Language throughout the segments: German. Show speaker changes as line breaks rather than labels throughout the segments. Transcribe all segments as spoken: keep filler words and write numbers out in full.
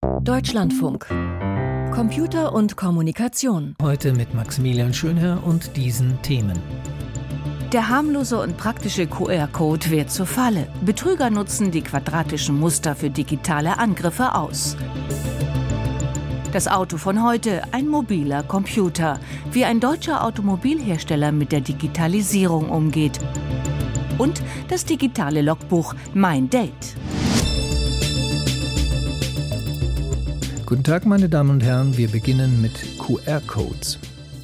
Deutschlandfunk. Computer und Kommunikation.
Heute mit Maximilian Schönherr und diesen Themen.
Der harmlose und praktische Q R-Code wird zur Falle. Betrüger nutzen die quadratischen Muster für digitale Angriffe aus. Das Auto von heute, ein mobiler Computer. Wie ein deutscher Automobilhersteller mit der Digitalisierung umgeht. Und das digitale Logbuch Mein Date.
Guten Tag, meine Damen und Herren. Wir beginnen mit Q R-Codes.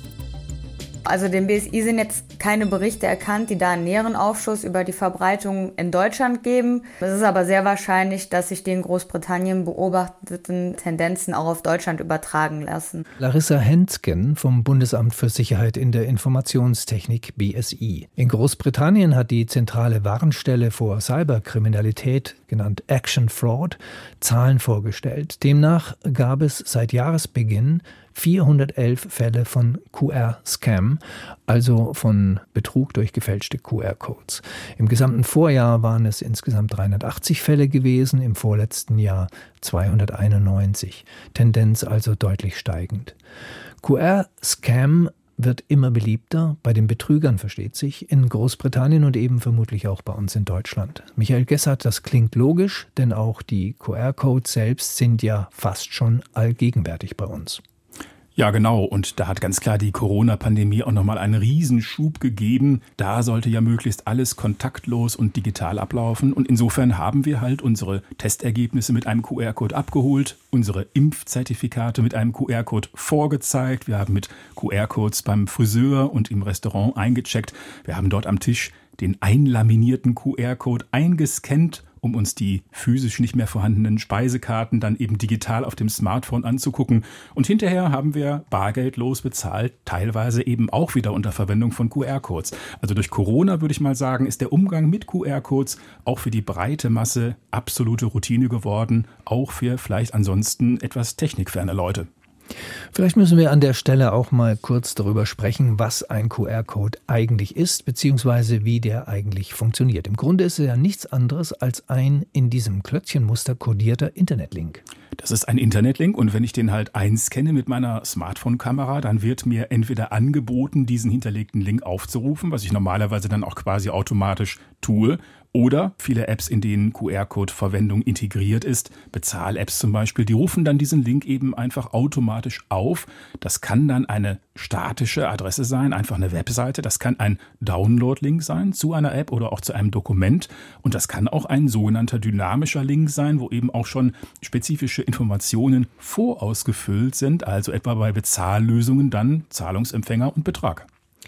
Also dem B S I sind jetzt keine Berichte erkannt, die da einen näheren Aufschluss über die Verbreitung in Deutschland geben. Es ist aber sehr wahrscheinlich, dass sich die in Großbritannien beobachteten Tendenzen auch auf Deutschland übertragen lassen.
Larissa Hensken vom Bundesamt für Sicherheit in der Informationstechnik B S I. In Großbritannien hat die zentrale Warnstelle vor Cyberkriminalität, genannt Action Fraud, Zahlen vorgestellt. Demnach gab es seit Jahresbeginn vierhundertelf Fälle von Q R-Scam, also von Betrug durch gefälschte Q R-Codes. Im gesamten Vorjahr waren es insgesamt dreihundertachtzig Fälle gewesen, im vorletzten Jahr zweihunderteinundneunzig. Tendenz also deutlich steigend. Q R-Scam wird immer beliebter, bei den Betrügern versteht sich, in Großbritannien und eben vermutlich auch bei uns in Deutschland. Michael Gessert, das klingt logisch, denn auch die Q R-Codes selbst sind ja fast schon allgegenwärtig bei uns.
Ja, genau. Und da hat ganz klar die Corona-Pandemie auch nochmal einen Riesenschub gegeben. Da sollte ja möglichst alles kontaktlos und digital ablaufen. Und insofern haben wir halt unsere Testergebnisse mit einem Q R-Code abgeholt, unsere Impfzertifikate mit einem Q R-Code vorgezeigt. Wir haben mit Q R-Codes beim Friseur und im Restaurant eingecheckt. Wir haben dort am Tisch den einlaminierten Q R-Code eingescannt, um uns die physisch nicht mehr vorhandenen Speisekarten dann eben digital auf dem Smartphone anzugucken. Und hinterher haben wir bargeldlos bezahlt, teilweise eben auch wieder unter Verwendung von Q R-Codes. Also durch Corona, würde ich mal sagen, ist der Umgang mit Q R-Codes auch für die breite Masse absolute Routine geworden, auch für vielleicht ansonsten etwas technikferne Leute.
Vielleicht müssen wir an der Stelle auch mal kurz darüber sprechen, was ein Q R-Code eigentlich ist, beziehungsweise wie der eigentlich funktioniert. Im Grunde ist er ja nichts anderes als ein in diesem Klötzchenmuster kodierter Internetlink.
Das ist ein Internetlink und wenn ich den halt einscanne mit meiner Smartphone-Kamera, dann wird mir entweder angeboten, diesen hinterlegten Link aufzurufen, was ich normalerweise dann auch quasi automatisch tue, oder viele Apps, in denen Q R-Code-Verwendung integriert ist, Bezahl-Apps zum Beispiel, die rufen dann diesen Link eben einfach automatisch auf. Das kann dann eine statische Adresse sein, einfach eine Webseite. Das kann ein Download-Link sein zu einer App oder auch zu einem Dokument. Und das kann auch ein sogenannter dynamischer Link sein, wo eben auch schon spezifische Informationen vorausgefüllt sind, also etwa bei Bezahllösungen dann Zahlungsempfänger und Betrag.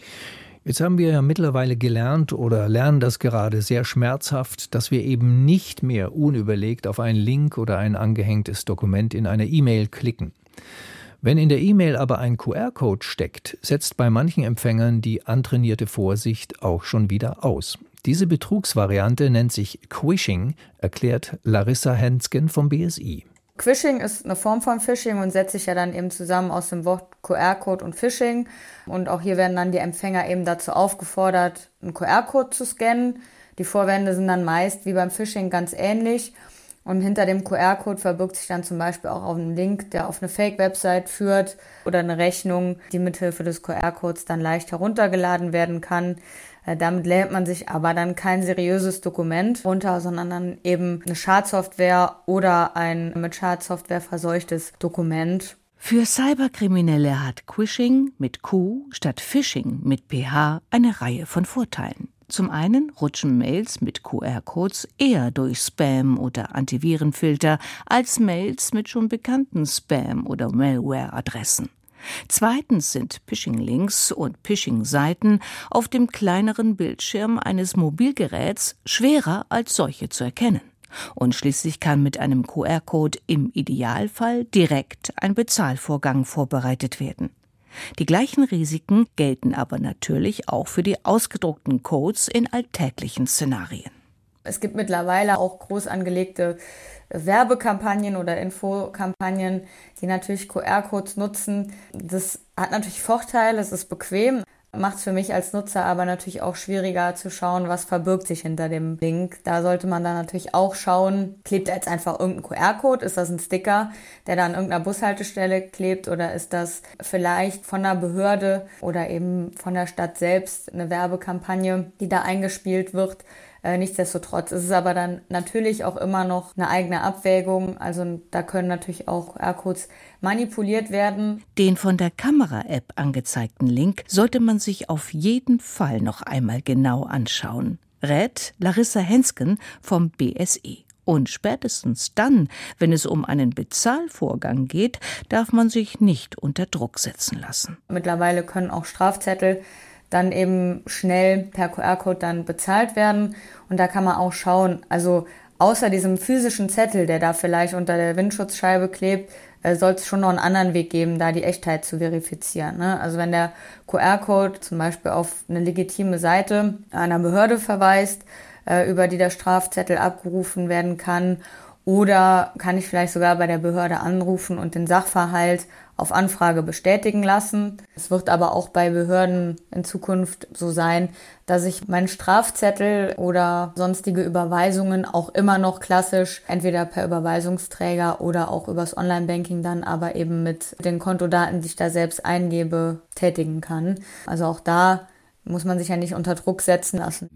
Jetzt haben wir ja mittlerweile gelernt oder lernen das gerade sehr schmerzhaft, dass wir eben nicht mehr unüberlegt auf einen Link oder ein angehängtes Dokument in einer E-Mail klicken. Wenn in der E-Mail aber ein Q R-Code steckt, setzt bei manchen Empfängern die antrainierte Vorsicht auch schon wieder aus. Diese Betrugsvariante nennt sich Quishing, erklärt Larissa Hensken vom B S I.
Quishing ist eine Form von Phishing und setzt sich ja dann eben zusammen aus dem Wort Q R-Code und Phishing. Und auch hier werden dann die Empfänger eben dazu aufgefordert, einen Q R-Code zu scannen. Die Vorwände sind dann meist wie beim Phishing ganz ähnlich. Und hinter dem Q R-Code verbirgt sich dann zum Beispiel auch ein Link, der auf eine Fake-Website führt oder eine Rechnung, die mithilfe des Q R-Codes dann leicht heruntergeladen werden kann. Damit lädt man sich aber dann kein seriöses Dokument runter, sondern dann eben eine Schadsoftware oder ein mit Schadsoftware verseuchtes Dokument.
Für Cyberkriminelle hat Quishing mit Q statt Phishing mit P H eine Reihe von Vorteilen. Zum einen rutschen Mails mit Q R-Codes eher durch Spam- oder Antivirenfilter als Mails mit schon bekannten Spam- oder Malware-Adressen. Zweitens sind Phishing-Links und Phishing-Seiten auf dem kleineren Bildschirm eines Mobilgeräts schwerer als solche zu erkennen. Und schließlich kann mit einem Q R-Code im Idealfall direkt ein Bezahlvorgang vorbereitet werden. Die gleichen Risiken gelten aber natürlich auch für die ausgedruckten Codes in alltäglichen Szenarien.
Es gibt mittlerweile auch groß angelegte Werbekampagnen oder Infokampagnen, die natürlich Q R-Codes nutzen. Das hat natürlich Vorteile, es ist bequem, Macht es für mich als Nutzer aber natürlich auch schwieriger zu schauen, was verbirgt sich hinter dem Link. Da sollte man dann natürlich auch schauen, klebt da jetzt einfach irgendein Q R-Code? Ist das ein Sticker, der da an irgendeiner Bushaltestelle klebt? Oder ist das vielleicht von einer Behörde oder eben von der Stadt selbst eine Werbekampagne, die da eingespielt wird? Äh, nichtsdestotrotz ist es aber dann natürlich auch immer noch eine eigene Abwägung. Also da können natürlich auch Q R-Codes manipuliert werden.
Den von der Kamera-App angezeigten Link sollte man sich auf jeden Fall noch einmal genau anschauen. Rät Larissa Hensken vom B S E. Und spätestens dann, wenn es um einen Bezahlvorgang geht, darf man sich nicht unter Druck setzen lassen.
Mittlerweile können auch Strafzettel dann eben schnell per Q R-Code dann bezahlt werden. Und da kann man auch schauen, also außer diesem physischen Zettel, der da vielleicht unter der Windschutzscheibe klebt, äh, soll es schon noch einen anderen Weg geben, da die Echtheit zu verifizieren. Ne? Also wenn der Q R-Code zum Beispiel auf eine legitime Seite einer Behörde verweist, äh, über die der Strafzettel abgerufen werden kann, oder kann ich vielleicht sogar bei der Behörde anrufen und den Sachverhalt auf Anfrage bestätigen lassen. Es wird aber auch bei Behörden in Zukunft so sein, dass ich meinen Strafzettel oder sonstige Überweisungen auch immer noch klassisch, entweder per Überweisungsträger oder auch übers Online-Banking dann aber eben mit den Kontodaten, die ich da selbst eingebe, tätigen kann. Also auch da muss man sich ja nicht unter Druck setzen lassen.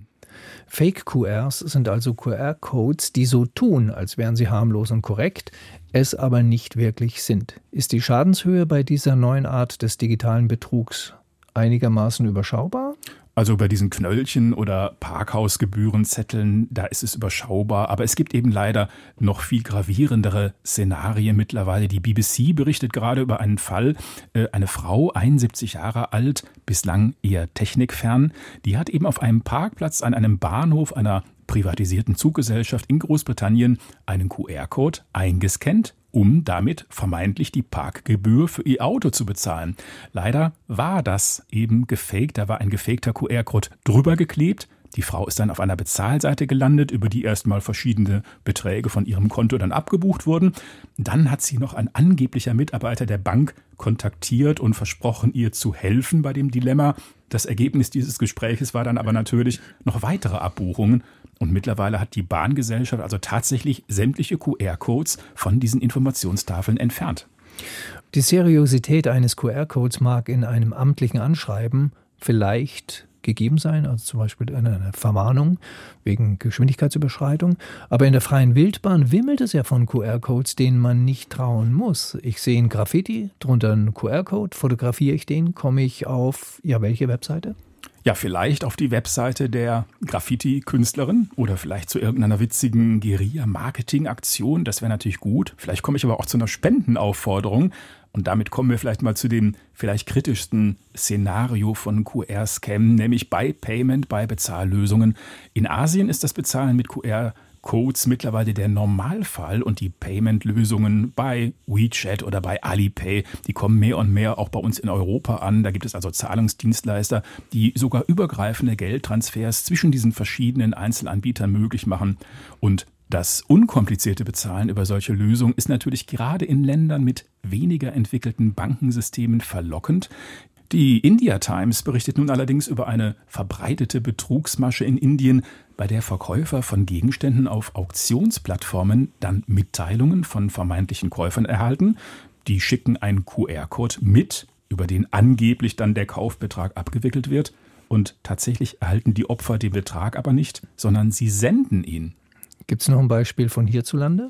Fake-Q Rs sind also Q R-Codes, die so tun, als wären sie harmlos und korrekt, es aber nicht wirklich sind. Ist die Schadenshöhe bei dieser neuen Art des digitalen Betrugs einigermaßen überschaubar?
Also bei diesen Knöllchen oder Parkhausgebührenzetteln, da ist es überschaubar. Aber es gibt eben leider noch viel gravierendere Szenarien mittlerweile. Die B B C berichtet gerade über einen Fall. Eine Frau, einundsiebzig Jahre alt, bislang eher technikfern, die hat eben auf einem Parkplatz an einem Bahnhof einer privatisierten Zuggesellschaft in Großbritannien einen Q R-Code eingescannt, um damit vermeintlich die Parkgebühr für ihr Auto zu bezahlen. Leider war das eben gefaked, da war ein gefakter Q R-Code drüber geklebt. Die Frau ist dann auf einer Bezahlseite gelandet, über die erstmal verschiedene Beträge von ihrem Konto dann abgebucht wurden. Dann hat sie noch ein angeblicher Mitarbeiter der Bank kontaktiert und versprochen, ihr zu helfen bei dem Dilemma. Das Ergebnis dieses Gespräches war dann aber natürlich noch weitere Abbuchungen. Und mittlerweile hat die Bahngesellschaft also tatsächlich sämtliche Q R-Codes von diesen Informationstafeln entfernt.
Die Seriosität eines Q R-Codes mag in einem amtlichen Anschreiben vielleicht gegeben sein, also zum Beispiel eine Verwarnung wegen Geschwindigkeitsüberschreitung. Aber in der freien Wildbahn wimmelt es ja von Q R-Codes, denen man nicht trauen muss. Ich sehe ein Graffiti, drunter einen Q R-Code, fotografiere ich den, komme ich auf, ja, welche Webseite?
Ja, vielleicht auf die Webseite der Graffiti-Künstlerin oder vielleicht zu irgendeiner witzigen Guerilla-Marketing-Aktion. Das wäre natürlich gut. Vielleicht komme ich aber auch zu einer Spendenaufforderung. Und damit kommen wir vielleicht mal zu dem vielleicht kritischsten Szenario von Q R-Scam, nämlich bei Payment, bei Bezahllösungen. In Asien ist das Bezahlen mit Q R-Codes mittlerweile der Normalfall und die Payment-Lösungen bei WeChat oder bei Alipay, die kommen mehr und mehr auch bei uns in Europa an. Da gibt es also Zahlungsdienstleister, die sogar übergreifende Geldtransfers zwischen diesen verschiedenen Einzelanbietern möglich machen. Und das unkomplizierte Bezahlen über solche Lösungen ist natürlich gerade in Ländern mit weniger entwickelten Bankensystemen verlockend. Die India Times berichtet nun allerdings über eine verbreitete Betrugsmasche in Indien, bei der Verkäufer von Gegenständen auf Auktionsplattformen dann Mitteilungen von vermeintlichen Käufern erhalten. Die schicken einen Q R-Code mit, über den angeblich dann der Kaufbetrag abgewickelt wird. Und tatsächlich erhalten die Opfer den Betrag aber nicht, sondern sie senden ihn.
Gibt es noch ein Beispiel von hierzulande?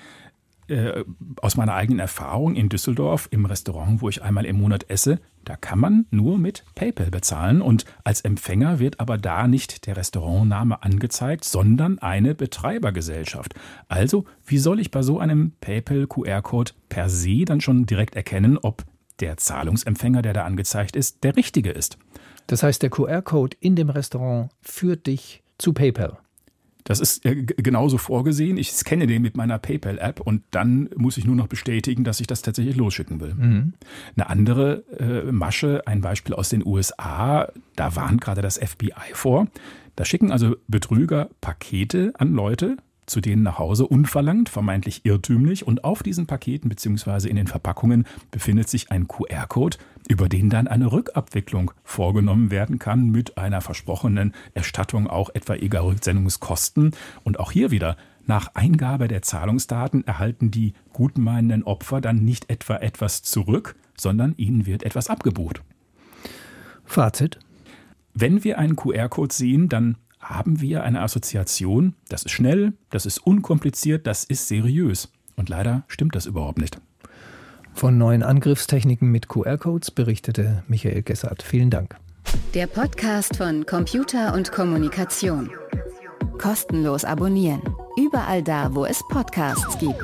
Äh, aus meiner eigenen Erfahrung in Düsseldorf im Restaurant, wo ich einmal im Monat esse, da kann man nur mit PayPal bezahlen und als Empfänger wird aber da nicht der Restaurantname angezeigt, sondern eine Betreibergesellschaft. Also, wie soll ich bei so einem PayPal-Q R-Code per se dann schon direkt erkennen, ob der Zahlungsempfänger, der da angezeigt ist, der richtige ist?
Das heißt, der Q R-Code in dem Restaurant führt dich zu PayPal?
Das ist äh, genauso vorgesehen. Ich scanne den mit meiner PayPal-App und dann muss ich nur noch bestätigen, dass ich das tatsächlich losschicken will. Mhm. Eine andere äh, Masche, ein Beispiel aus den U S A, da warnt gerade das F B I vor. Da schicken also Betrüger Pakete an Leute, zu denen nach Hause unverlangt, vermeintlich irrtümlich. Und auf diesen Paketen bzw. in den Verpackungen befindet sich ein Q R-Code, über den dann eine Rückabwicklung vorgenommen werden kann mit einer versprochenen Erstattung auch etwaiger Rücksendungskosten. Und auch hier wieder, nach Eingabe der Zahlungsdaten erhalten die gutmeinenden Opfer dann nicht etwa etwas zurück, sondern ihnen wird etwas abgebucht.
Fazit:
Wenn wir einen Q R-Code sehen, dann haben wir eine Assoziation, das ist schnell, das ist unkompliziert, das ist seriös. Und leider stimmt das überhaupt nicht.
Von neuen Angriffstechniken mit Q R-Codes berichtete Michael Gessert. Vielen Dank.
Der Podcast von Computer und Kommunikation. Kostenlos abonnieren. Überall da, wo es Podcasts gibt.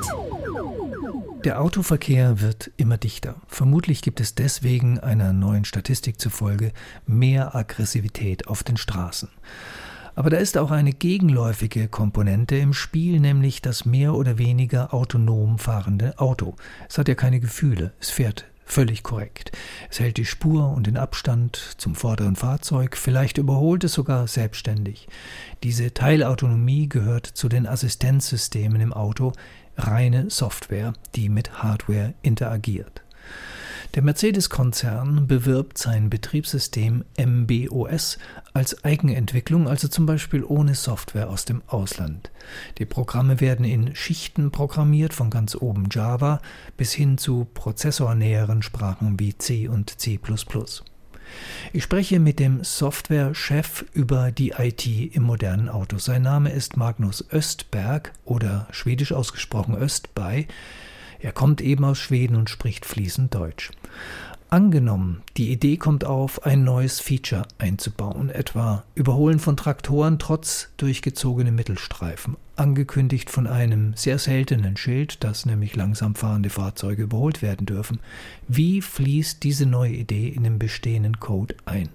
Der Autoverkehr wird immer dichter. Vermutlich gibt es deswegen, einer neuen Statistik zufolge, mehr Aggressivität auf den Straßen. Aber da ist auch eine gegenläufige Komponente im Spiel, nämlich das mehr oder weniger autonom fahrende Auto. Es hat ja keine Gefühle, es fährt völlig korrekt. Es hält die Spur und den Abstand zum vorderen Fahrzeug, vielleicht überholt es sogar selbstständig. Diese Teilautonomie gehört zu den Assistenzsystemen im Auto, reine Software, die mit Hardware interagiert. Der Mercedes-Konzern bewirbt sein Betriebssystem M B O S als Eigenentwicklung, also zum Beispiel ohne Software aus dem Ausland. Die Programme werden in Schichten programmiert, von ganz oben Java bis hin zu prozessornäheren Sprachen wie C und C plus plus. Ich spreche mit dem Software-Chef über die I T im modernen Auto. Sein Name ist Magnus Östberg oder schwedisch ausgesprochen Östberg. Er kommt eben aus Schweden und spricht fließend Deutsch. Angenommen, die Idee kommt auf, ein neues Feature einzubauen, etwa Überholen von Traktoren trotz durchgezogener Mittelstreifen, angekündigt von einem sehr seltenen Schild, dass nämlich langsam fahrende Fahrzeuge überholt werden dürfen. Wie fließt diese neue Idee in den bestehenden Code ein?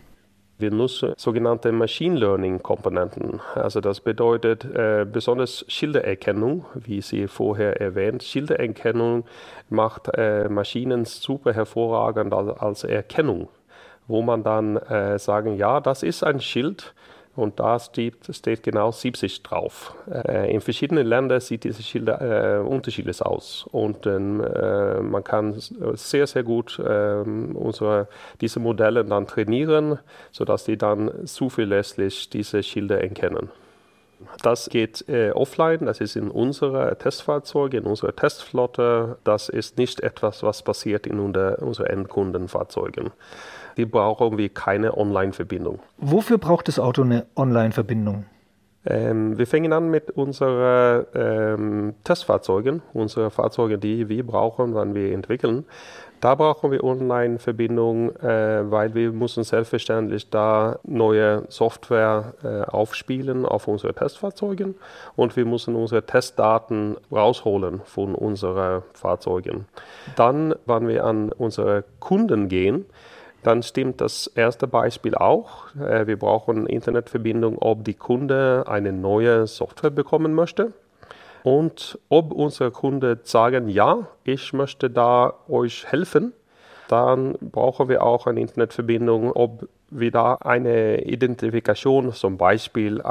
Wir nutzen sogenannte Machine Learning-Komponenten. Also das bedeutet äh, besonders Schildererkennung, wie Sie vorher erwähnt. Schildererkennung macht äh, Maschinen super hervorragend als, als Erkennung, wo man dann äh, sagen, ja, das ist ein Schild. Und da steht, steht genau siebzig drauf. Äh, in verschiedenen Ländern sieht diese Schilder äh, unterschiedlich aus. Und äh, man kann sehr, sehr gut äh, unsere, diese Modelle dann trainieren, sodass die dann zuverlässig diese Schilder erkennen. Das geht äh, offline, das ist in unserer Testfahrzeuge, in unserer Testflotte. Das ist nicht etwas, was passiert in unseren Endkundenfahrzeugen. Die brauchen wir keine Online-Verbindung.
Wofür braucht das Auto eine Online-Verbindung?
Ähm, wir fangen an mit unseren ähm, Testfahrzeugen, unsere Fahrzeuge, die wir brauchen, wenn wir entwickeln. Da brauchen wir Online-Verbindung, äh, weil wir müssen selbstverständlich da neue Software äh, aufspielen auf unsere Testfahrzeugen und wir müssen unsere Testdaten rausholen von unseren Fahrzeugen. Dann, wenn wir an unsere Kunden gehen, dann stimmt das erste Beispiel auch. Wir brauchen Internetverbindung, ob die Kunde eine neue Software bekommen möchte. Und ob unsere Kunden sagen, ja, ich möchte da euch helfen, dann brauchen wir auch eine Internetverbindung, ob wir da eine Identifikation, zum Beispiel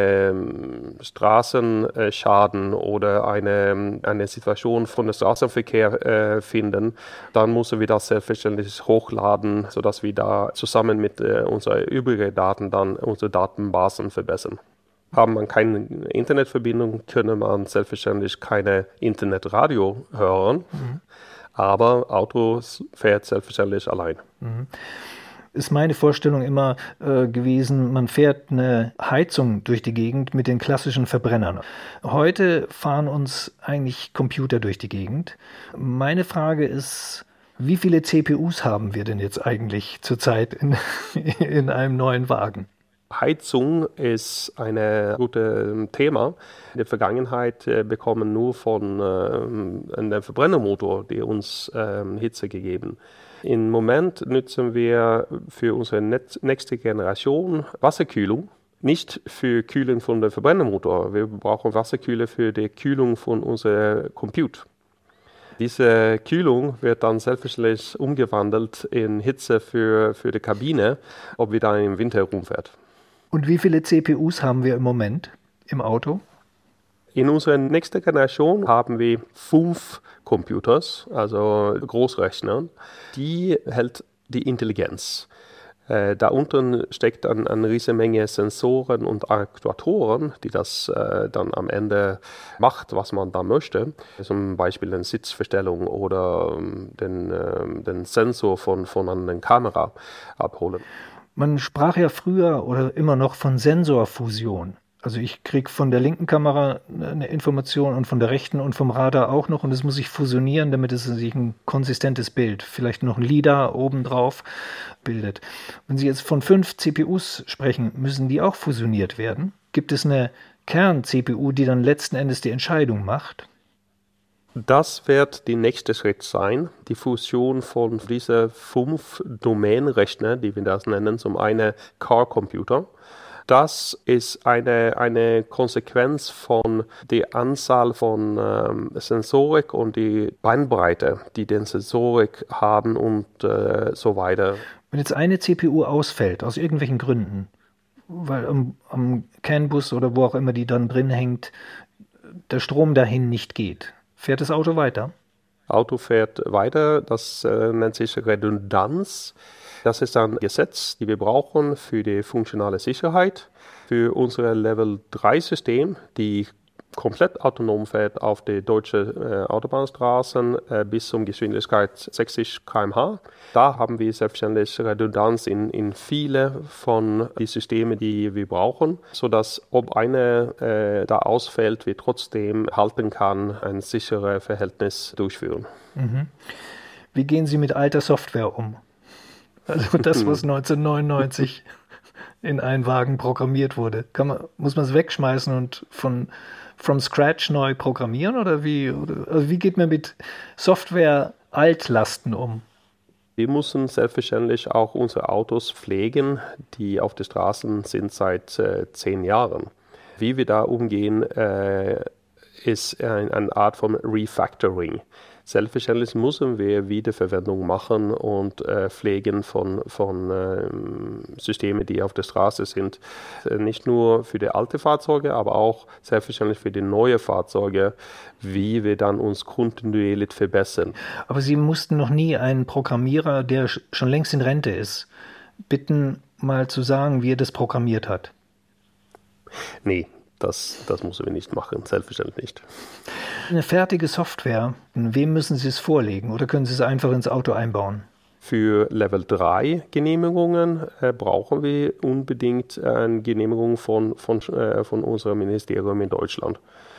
einen Straßenschaden oder eine, eine Situation von dem Straßenverkehr äh, finden, dann müssen wir das selbstverständlich hochladen, sodass wir da zusammen mit äh, unseren übrigen Daten dann unsere Datenbasen verbessern. Haben man keine Internetverbindung, können man selbstverständlich keine Internetradio hören, mhm. aber Autos fährt selbstverständlich allein.
Mhm. Ist meine Vorstellung immer äh, gewesen, man fährt eine Heizung durch die Gegend mit den klassischen Verbrennern. Heute fahren uns eigentlich Computer durch die Gegend. Meine Frage ist, wie viele C P Us haben wir denn jetzt eigentlich zurzeit in, in einem neuen Wagen?
Heizung ist ein gutes Thema. In der Vergangenheit äh, bekommen nur von äh, einem Verbrennermotor, die uns äh, Hitze gegeben. Im Moment nutzen wir für unsere nächste Generation Wasserkühlung, nicht für Kühlen von dem Verbrennermotor. Wir brauchen Wasserkühlung für die Kühlung von unserem Computer. Diese Kühlung wird dann selbstverständlich umgewandelt in Hitze für, für die Kabine, ob wir dann im Winter rumfährt.
Und wie viele C P Us haben wir im Moment im Auto?
In unserer nächsten Generation haben wir fünf Computers, also Großrechner. Die hält die Intelligenz. Äh, da unten steckt eine, eine riesige Menge Sensoren und Aktuatoren, die das äh, dann am Ende macht, was man da möchte. Zum Beispiel eine Sitzverstellung oder ähm, den, äh, den Sensor von, von einer Kamera abholen.
Man sprach ja früher oder immer noch von Sensorfusion. Also ich kriege von der linken Kamera eine Information und von der rechten und vom Radar auch noch und es muss sich fusionieren, damit es sich ein konsistentes Bild, vielleicht noch ein LiDAR obendrauf bildet. Wenn Sie jetzt von fünf C P Us sprechen, müssen die auch fusioniert werden? Gibt es eine Kern-C P U, die dann letzten Endes die Entscheidung macht?
Das wird der nächste Schritt sein, die Fusion von diesen fünf Domänenrechner, die wir das nennen, zum einen Car-Computer. Das ist eine, eine Konsequenz von der Anzahl von ähm, Sensorik und die Bandbreite, die den Sensorik haben und äh, so weiter.
Wenn jetzt eine C P U ausfällt, aus irgendwelchen Gründen, weil am, am CAN-Bus oder wo auch immer die dann drin hängt, der Strom dahin nicht geht, fährt das Auto weiter?
Auto fährt weiter, das äh, nennt sich Redundanz. Das ist ein Gesetz, das wir brauchen für die funktionale Sicherheit, für unser Level drei System, die komplett autonom fährt auf die deutschen äh, Autobahnstraßen äh, bis zur Geschwindigkeit sechzig Kilometer pro Stunde. Da haben wir selbstverständlich Redundanz in, in viele von den Systemen, die wir brauchen, sodass ob eine äh, da ausfällt, wir trotzdem halten kann, ein sicheres Verhältnis durchführen.
Mhm. Wie gehen Sie mit alter Software um? Also das, was neunzehnhundertneunundneunzig in einen Wagen programmiert wurde. Kann man, muss man es wegschmeißen und von from scratch neu programmieren? Oder wie, oder, also wie geht man mit Software-Altlasten um?
Wir müssen selbstverständlich auch unsere Autos pflegen, die auf den Straßen sind seit äh, zehn Jahren. Wie wir da umgehen, äh, ist ein, eine Art von Refactoring. Selbstverständlich müssen wir Wiederverwendung machen und äh, pflegen von, von äh, Systemen, die auf der Straße sind. Äh, nicht nur für die alten Fahrzeuge, aber auch selbstverständlich für die neuen Fahrzeuge, wie wir dann uns kontinuierlich verbessern.
Aber Sie mussten noch nie einen Programmierer, der schon längst in Rente ist, bitten, mal zu sagen, wie er das programmiert hat?
Nee. Das, das müssen wir nicht machen, selbstverständlich nicht.
Eine fertige Software, wem müssen Sie es vorlegen oder können Sie es einfach ins Auto einbauen?
Für Level drei Genehmigungen äh, brauchen wir unbedingt eine Genehmigung von, von, äh, von unserem Ministerium in Deutschland.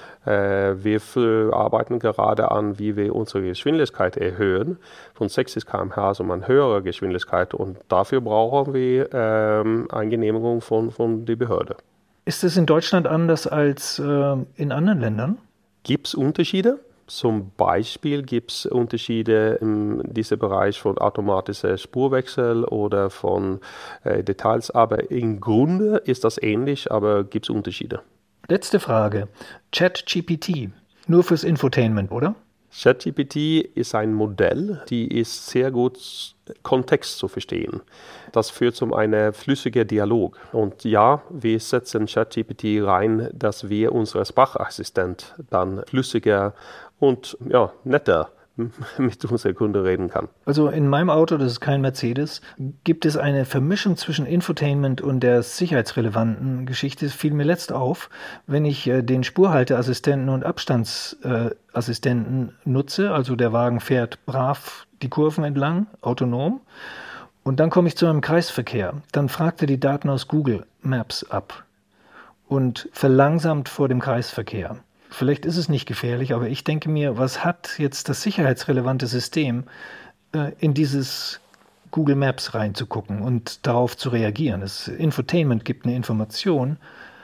Äh, wir für, arbeiten gerade an, wie wir unsere Geschwindigkeit erhöhen, von sechzig Kilometer pro Stunde, also eine höhere Geschwindigkeit. Und dafür brauchen wir äh, eine Genehmigung von, von der Behörde.
Ist es in Deutschland anders als äh, in anderen Ländern?
Gibt es Unterschiede? Zum Beispiel gibt es Unterschiede in diesem Bereich von automatischer Spurwechsel oder von äh, Details, aber im Grunde ist das ähnlich, aber gibt es Unterschiede.
Letzte Frage. ChatGPT, nur fürs Infotainment, oder?
ChatGPT ist ein Modell, die ist sehr gut Kontext zu verstehen. Das führt zu einem flüssigen Dialog. Und ja, wir setzen ChatGPT rein, dass wir unseren Sprachassistent dann flüssiger und ja, netter mit unserer Kunde reden kann.
Also in meinem Auto, das ist kein Mercedes, gibt es eine Vermischung zwischen Infotainment und der sicherheitsrelevanten Geschichte. Das fiel mir letzt auf, wenn ich äh, den Spurhalteassistenten und Abstandsassistenten äh, nutze, also der Wagen fährt brav die Kurven entlang, autonom, und dann komme ich zu einem Kreisverkehr. Dann fragt er die Daten aus Google Maps ab und verlangsamt vor dem Kreisverkehr. Vielleicht ist es nicht gefährlich, aber ich denke mir, was hat jetzt das sicherheitsrelevante System, äh, in dieses Google Maps reinzugucken und darauf zu reagieren? Das Infotainment gibt eine Information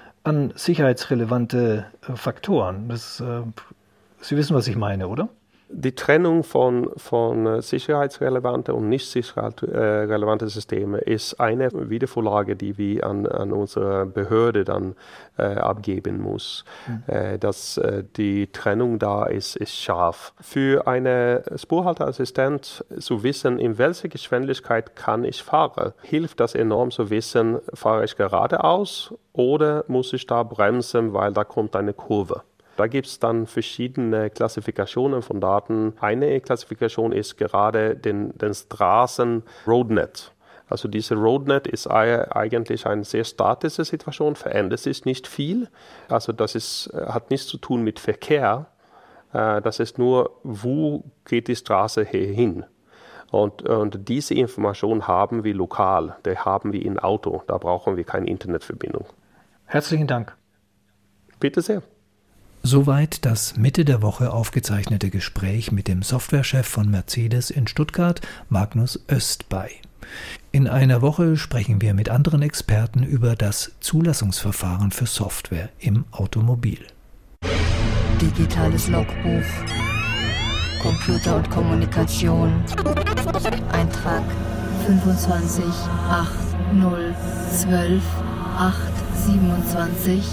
an sicherheitsrelevante äh, Faktoren. Das, äh, Sie wissen, was ich meine, oder?
Die Trennung von, von sicherheitsrelevanten und nicht sicherheitsrelevanten Systemen ist eine Wiedervorlage, die wir an, an unsere Behörde dann äh, abgeben muss. Mhm. Äh, dass äh, die Trennung da ist, ist scharf. Für einen Spurhalteassistent zu wissen, in welcher Geschwindigkeit kann ich fahren, hilft das enorm zu wissen, fahre ich geradeaus oder muss ich da bremsen, weil da kommt eine Kurve. Da gibt es dann verschiedene Klassifikationen von Daten. Eine Klassifikation ist gerade den, den Straßen-Roadnet. Also diese Roadnet ist eigentlich eine sehr statische Situation, verändert sich nicht viel. Also das ist, hat nichts zu tun mit Verkehr. Das ist nur, wo geht die Straße hin? Und, und diese Information haben wir lokal, die haben wir im Auto. Da brauchen wir keine Internetverbindung.
Herzlichen Dank.
Bitte sehr.
Soweit das Mitte der Woche aufgezeichnete Gespräch mit dem Softwarechef von Mercedes in Stuttgart, Magnus Östbey. In einer Woche sprechen wir mit anderen Experten über das Zulassungsverfahren für Software im Automobil.
Digitales Logbuch. Computer und Kommunikation. Eintrag fünfundzwanzig acht null zwölf acht siebenundzwanzig.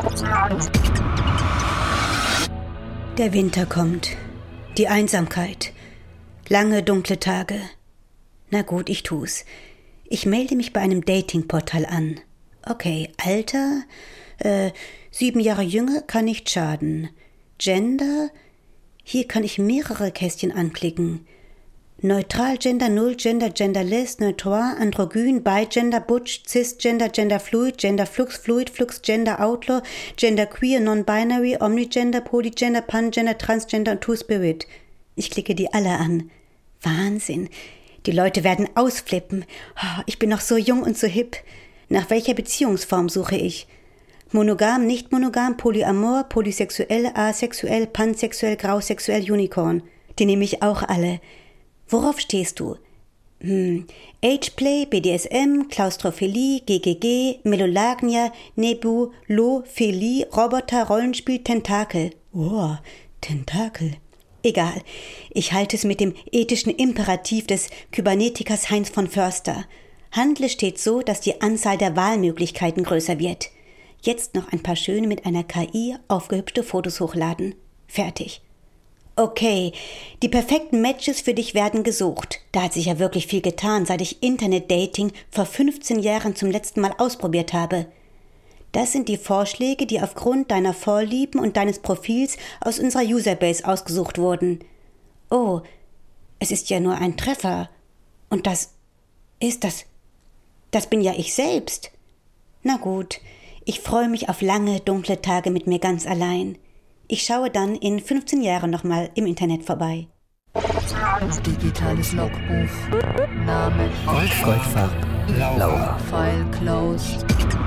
Der Winter kommt. Die Einsamkeit. Lange dunkle Tage. Na gut, ich tu's. Ich melde mich bei einem Datingportal an. Okay, Alter? Äh, sieben Jahre jünger kann nicht schaden. Gender? Hier kann ich mehrere Kästchen anklicken. Neutral, Gender Null, Gender, Genderless, Neutral, Androgyn, Bigender, Butch, Cisgender, Genderfluid, Genderflux, Fluid, Flux, Gender Outlaw, Genderqueer, Non-Binary, Omnigender, Polygender, Pangender, Transgender und Two-Spirit. Ich klicke die alle an. Wahnsinn. Die Leute werden ausflippen. Oh, ich bin noch so jung und so hip. Nach welcher Beziehungsform suche ich? Monogam, nicht monogam, Polyamor, polysexuell, asexuell, pansexuell, grausexuell, Unicorn. Die nehme ich auch alle. Worauf stehst du? Hm. Ageplay, B D S M, Klaustrophilie, G G G, Melolagnia, Nebulophilie, Roboter, Rollenspiel, Tentakel. Oh, Tentakel. Egal, ich halte es mit dem ethischen Imperativ des Kybernetikers Heinz von Förster. Handle stets so, dass die Anzahl der Wahlmöglichkeiten größer wird. Jetzt noch ein paar schöne mit einer K I aufgehübschte Fotos hochladen. Fertig. Okay, die perfekten Matches für dich werden gesucht. Da hat sich ja wirklich viel getan, seit ich Internet-Dating vor fünfzehn Jahren zum letzten Mal ausprobiert habe. Das sind die Vorschläge, die aufgrund deiner Vorlieben und deines Profils aus unserer Userbase ausgesucht wurden. Oh, es ist ja nur ein Treffer. Und das ist das. Das bin ja ich selbst. Na gut, ich freue mich auf lange, dunkle Tage mit mir ganz allein. Ich schaue dann in fünfzehn Jahren nochmal im Internet vorbei.
Digitales Logbuch. Name.
Goldfarb. Laura.
File closed.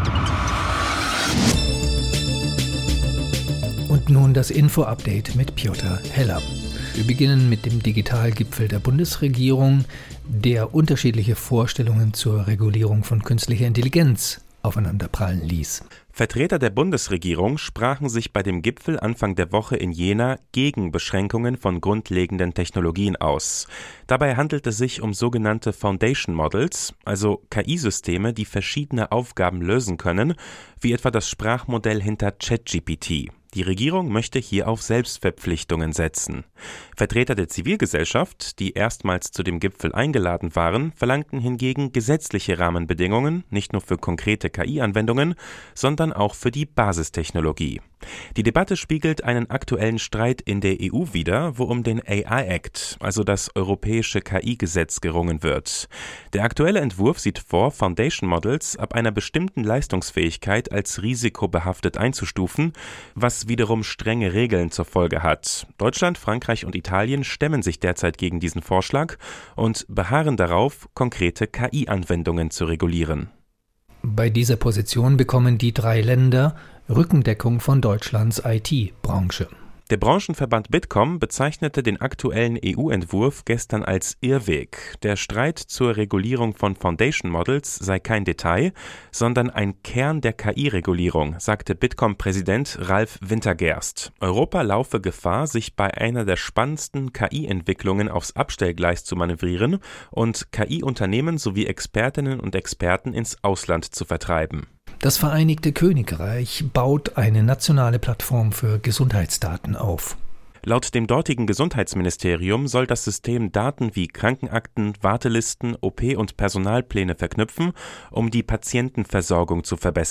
Und nun das Info-Update mit Piotr Heller. Wir beginnen mit dem Digitalgipfel der Bundesregierung, der unterschiedliche Vorstellungen zur Regulierung von künstlicher Intelligenz aufeinanderprallen ließ.
Vertreter der Bundesregierung sprachen sich bei dem Gipfel Anfang der Woche in Jena gegen Beschränkungen von grundlegenden Technologien aus. Dabei handelt es sich um sogenannte Foundation Models, also K I-Systeme, die verschiedene Aufgaben lösen können, wie etwa das Sprachmodell hinter ChatGPT. Die Regierung möchte hier auf Selbstverpflichtungen setzen. Vertreter der Zivilgesellschaft, die erstmals zu dem Gipfel eingeladen waren, verlangten hingegen gesetzliche Rahmenbedingungen, nicht nur für konkrete K I-Anwendungen, sondern auch für die Basistechnologie. Die Debatte spiegelt einen aktuellen Streit in der E U wider, wo um den A I Act, also das europäische K I-Gesetz, gerungen wird. Der aktuelle Entwurf sieht vor, Foundation Models ab einer bestimmten Leistungsfähigkeit als risikobehaftet einzustufen, was wiederum strenge Regeln zur Folge hat. Deutschland, Frankreich und Italien stemmen sich derzeit gegen diesen Vorschlag und beharren darauf, konkrete K I-Anwendungen zu regulieren.
Bei dieser Position bekommen die drei Länder Rückendeckung von Deutschlands I T-Branche.
Der Branchenverband Bitkom bezeichnete den aktuellen E U-Entwurf gestern als Irrweg. Der Streit zur Regulierung von Foundation Models sei kein Detail, sondern ein Kern der K I-Regulierung, sagte Bitkom-Präsident Ralf Wintergerst. Europa laufe Gefahr, sich bei einer der spannendsten K I-Entwicklungen aufs Abstellgleis zu manövrieren und K I-Unternehmen sowie Expertinnen und Experten ins Ausland zu vertreiben.
Das Vereinigte Königreich baut eine nationale Plattform für Gesundheitsdaten auf.
Laut dem dortigen Gesundheitsministerium soll das System Daten wie Krankenakten, Wartelisten, O P- und Personalpläne verknüpfen, um die Patientenversorgung zu verbessern.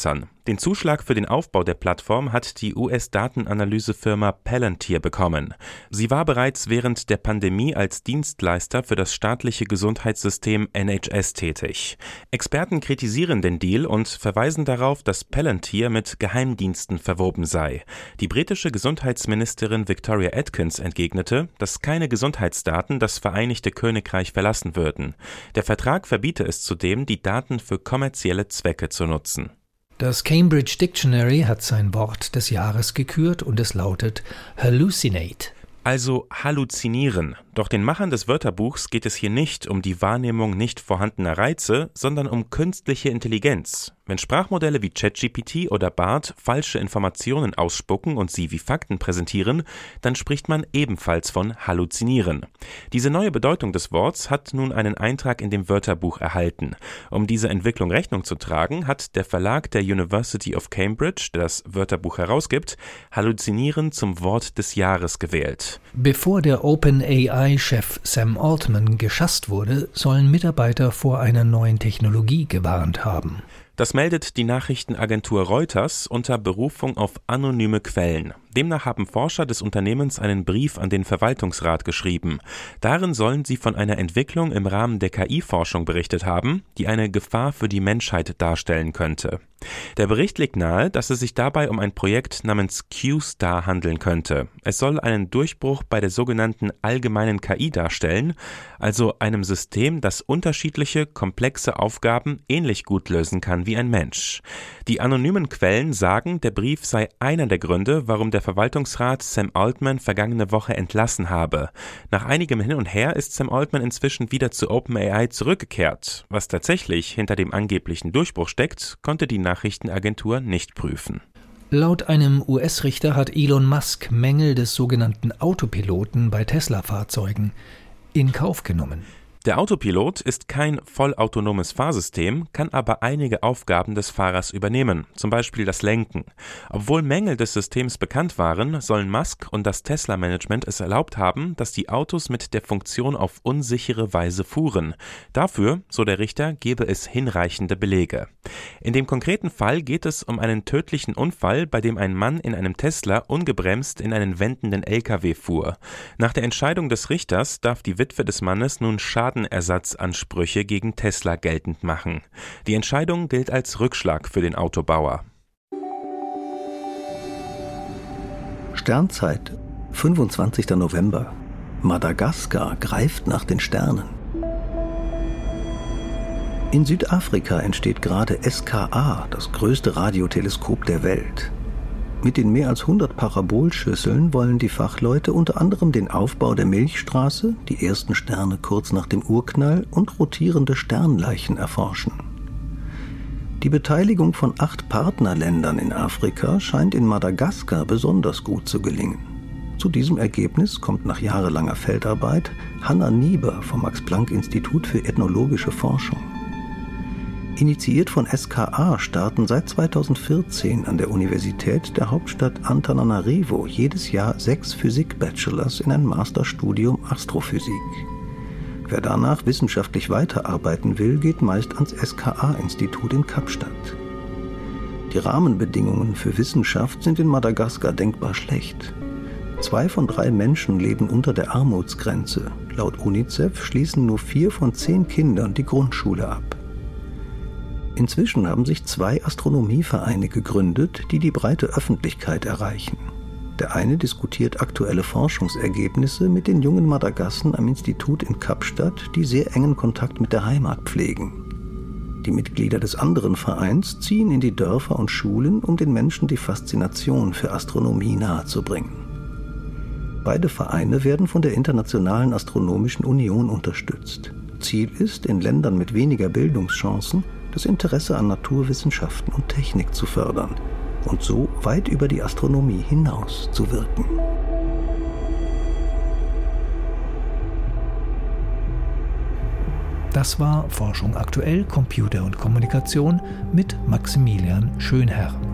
Den Zuschlag für den Aufbau der Plattform hat die U S-Datenanalysefirma Palantir bekommen. Sie war bereits während der Pandemie als Dienstleister für das staatliche Gesundheitssystem N H S tätig. Experten kritisieren den Deal und verweisen darauf, dass Palantir mit Geheimdiensten verwoben sei. Die britische Gesundheitsministerin Victoria Atkins entgegnete, dass keine Gesundheitsdaten das Vereinigte Königreich verlassen würden. Der Vertrag verbiete es zudem, die Daten für kommerzielle Zwecke zu nutzen.
Das Cambridge Dictionary hat sein Wort des Jahres gekürt und es lautet Hallucinate.
Also halluzinieren. Doch den Machern des Wörterbuchs geht es hier nicht um die Wahrnehmung nicht vorhandener Reize, sondern um künstliche Intelligenz. Wenn Sprachmodelle wie ChatGPT oder Bard falsche Informationen ausspucken und sie wie Fakten präsentieren, dann spricht man ebenfalls von Halluzinieren. Diese neue Bedeutung des Worts hat nun einen Eintrag in dem Wörterbuch erhalten. Um dieser Entwicklung Rechnung zu tragen, hat der Verlag der University of Cambridge, der das Wörterbuch herausgibt, Halluzinieren zum Wort des Jahres gewählt.
Bevor der OpenAI-Chef Sam Altman geschasst wurde, sollen Mitarbeiter vor einer neuen Technologie gewarnt haben.
Das meldet die Nachrichtenagentur Reuters unter Berufung auf anonyme Quellen. Demnach haben Forscher des Unternehmens einen Brief an den Verwaltungsrat geschrieben. Darin sollen sie von einer Entwicklung im Rahmen der K I-Forschung berichtet haben, die eine Gefahr für die Menschheit darstellen könnte. Der Bericht legt nahe, dass es sich dabei um ein Projekt namens Q-Star handeln könnte. Es soll einen Durchbruch bei der sogenannten allgemeinen K I darstellen, also einem System, das unterschiedliche, komplexe Aufgaben ähnlich gut lösen kann wie ein Mensch. Die anonymen Quellen sagen, der Brief sei einer der Gründe, warum der Verwaltungsrat Sam Altman vergangene Woche entlassen habe. Nach einigem Hin und Her ist Sam Altman inzwischen wieder zu OpenAI zurückgekehrt. Was tatsächlich hinter dem angeblichen Durchbruch steckt, konnte die Nachrichtenagentur nicht prüfen.
Laut einem U S-Richter hat Elon Musk Mängel des sogenannten Autopiloten bei Tesla-Fahrzeugen in Kauf genommen.
Der Autopilot ist kein vollautonomes Fahrsystem, kann aber einige Aufgaben des Fahrers übernehmen, zum Beispiel das Lenken. Obwohl Mängel des Systems bekannt waren, sollen Musk und das Tesla-Management es erlaubt haben, dass die Autos mit der Funktion auf unsichere Weise fuhren. Dafür, so der Richter, gebe es hinreichende Belege. In dem konkreten Fall geht es um einen tödlichen Unfall, bei dem ein Mann in einem Tesla ungebremst in einen wendenden L K W fuhr. Nach der Entscheidung des Richters darf die Witwe des Mannes nun Schaden Schadenersatzansprüche gegen Tesla geltend machen. Die Entscheidung gilt als Rückschlag für den Autobauer.
Sternzeit, fünfundzwanzigster November. Madagaskar greift nach den Sternen. In Südafrika entsteht gerade S K A, das größte Radioteleskop der Welt. Mit den mehr als hundert Parabolschüsseln wollen die Fachleute unter anderem den Aufbau der Milchstraße, die ersten Sterne kurz nach dem Urknall und rotierende Sternleichen erforschen. Die Beteiligung von acht Partnerländern in Afrika scheint in Madagaskar besonders gut zu gelingen. Zu diesem Ergebnis kommt nach jahrelanger Feldarbeit Hanna Nieber vom Max-Planck-Institut für ethnologische Forschung. Initiiert von S K A starten seit zweitausendvierzehn an der Universität der Hauptstadt Antananarivo jedes Jahr sechs Physik-Bachelors in ein Masterstudium Astrophysik. Wer danach wissenschaftlich weiterarbeiten will, geht meist ans S K A-Institut in Kapstadt. Die Rahmenbedingungen für Wissenschaft sind in Madagaskar denkbar schlecht. Zwei von drei Menschen leben unter der Armutsgrenze. Laut UNICEF schließen nur vier von zehn Kindern die Grundschule ab. Inzwischen haben sich zwei Astronomievereine gegründet, die die breite Öffentlichkeit erreichen. Der eine diskutiert aktuelle Forschungsergebnisse mit den jungen Madagassen am Institut in Kapstadt, die sehr engen Kontakt mit der Heimat pflegen. Die Mitglieder des anderen Vereins ziehen in die Dörfer und Schulen, um den Menschen die Faszination für Astronomie nahezubringen. Beide Vereine werden von der Internationalen Astronomischen Union unterstützt. Ziel ist, in Ländern mit weniger Bildungschancen das Interesse an Naturwissenschaften und Technik zu fördern und so weit über die Astronomie hinaus zu wirken.
Das war Forschung aktuell, Computer und Kommunikation mit Maximilian Schönherr.